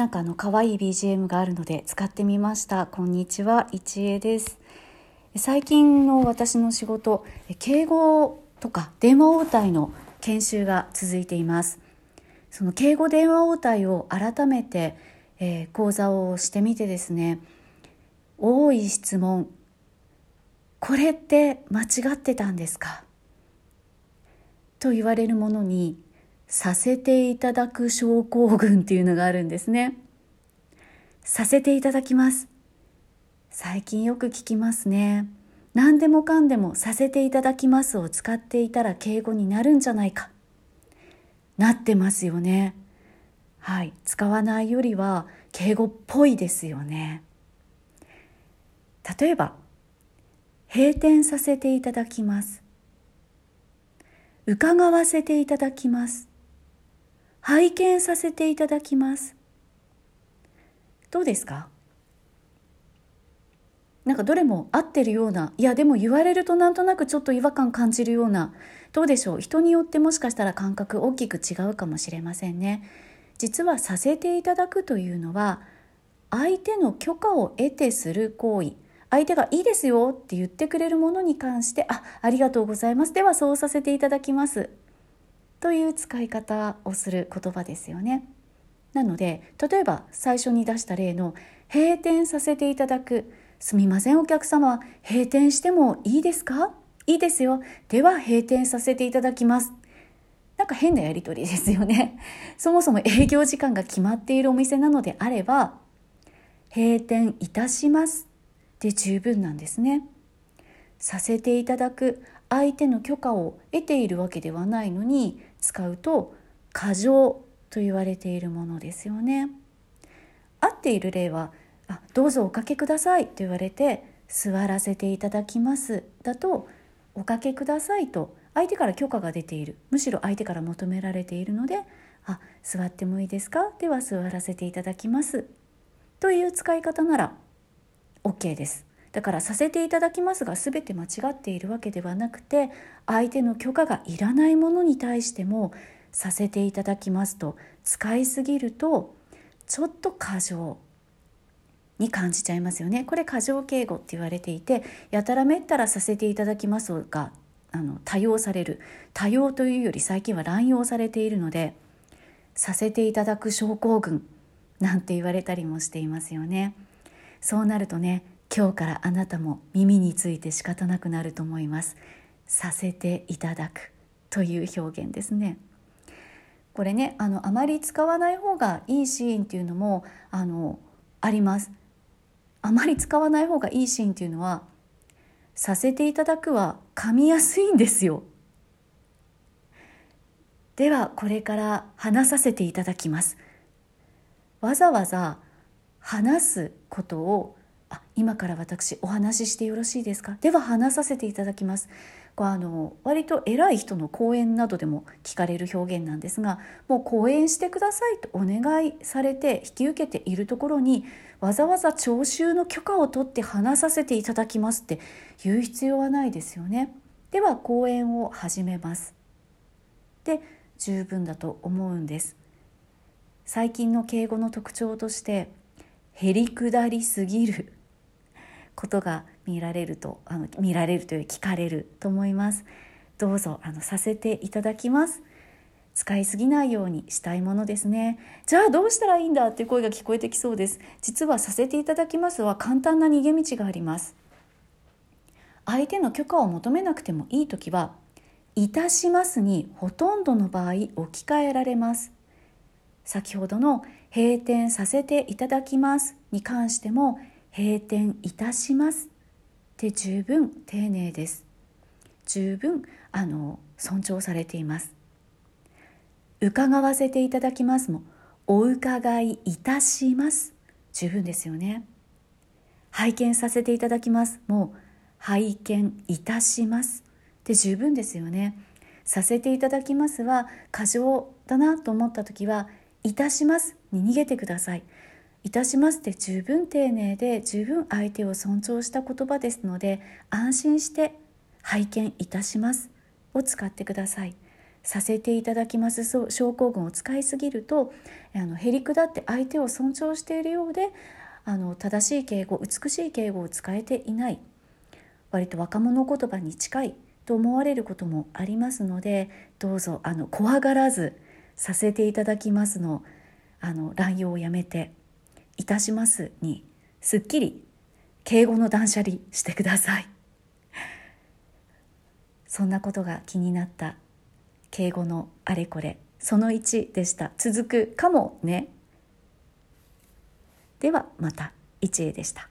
可愛い BGM があるので使ってみました。こんにちは、一恵です。最近の私の仕事、敬語とか電話応対の研修が続いています。その敬語電話応対を改めて、講座をしてみてですね、多い質問、これって間違ってたんですかと言われるものにさせていただく症候群っていうのがあるんですね。させていただきます。最近よく聞きますね。何でもかんでもさせていただきますを使っていたら敬語になるんじゃないか。なってますよね。はい、使わないよりは敬語っぽいですよね。例えば、閉店させていただきます。伺わせていただきます。拝見させていただきます。どうですか？どれも合ってるような、いやでも言われるとなんとなくちょっと違和感感じるような、どうでしょう？人によってもしかしたら感覚大きく違うかもしれませんね。実はさせていただくというのは、相手の許可を得てする行為、相手がいいですよって言ってくれるものに関して、ありがとうございます、ではそうさせていただきますという使い方をする言葉ですよね。なので、例えば最初に出した例の閉店させていただく、すみませんお客様、閉店してもいいですか？いいですよ、では閉店させていただきます。変なやり取りですよね。そもそも営業時間が決まっているお店なのであれば、閉店いたしますで十分なんですね。させていただく、相手の許可を得ているわけではないのに使うと過剰と言われているものですよね。合っている例は、どうぞおかけくださいと言われて座らせていただきますだと、おかけくださいと相手から許可が出ている、むしろ相手から求められているので、座ってもいいですか、では座らせていただきますという使い方なら OK です。だからさせていただきますが全て間違っているわけではなくて、相手の許可がいらないものに対してもさせていただきますと使いすぎるとちょっと過剰に感じちゃいますよね。これ過剰敬語って言われていて、やたらめったらさせていただきますが多用される、多用というより最近は乱用されているので、させていただく症候群なんて言われたりもしていますよね。そうなるとね、今日からあなたも耳について仕方なくなると思います。させていただくという表現ですね。これね、あまり使わない方がいいシーンっていうのもあります。あまり使わない方がいいシーンっていうのは、させていただくは噛みやすいんですよ。ではこれから話させていただきます。わざわざ話すことを、今から私お話ししてよろしいですか、では話させていただきます。割と偉い人の講演などでも聞かれる表現なんですが、もう講演してくださいとお願いされて引き受けているところに、わざわざ聴衆の許可を取って話させていただきますって言う必要はないですよね。では講演を始めますで十分だと思うんです。最近の敬語の特徴として、へりくだりすぎることが見られるという聞かれると思います。どうぞさせていただきます。使いすぎないようにしたいものですね。じゃあどうしたらいいんだっていう声が聞こえてきそうです。実はさせていただきますは簡単な逃げ道があります。相手の許可を求めなくてもいいときは、いたしますにほとんどの場合置き換えられます。先ほどの閉店させていただきますに関しても、閉店いたしますって十分丁寧です。十分尊重されています。伺わせていただきますも、お伺いいたします十分ですよね。拝見させていただきますも、拝見いたしますって十分ですよね。させていただきますは過剰だなと思った時は、いたしますに逃げてください。いたしますって十分丁寧で十分相手を尊重した言葉ですので、安心して拝見いたしますを使ってください。 させていただきます症候群を使いすぎるとへりくだって相手を尊重しているようで正しい敬語、美しい敬語を使えていない、割と若者言葉に近いと思われることもありますので、どうぞ怖がらずさせていただきますの乱用をやめて、いたしますにすっきり敬語の断捨離してください。そんなことが気になった敬語のあれこれその1でした。続くかもね。ではまた。一恵でした。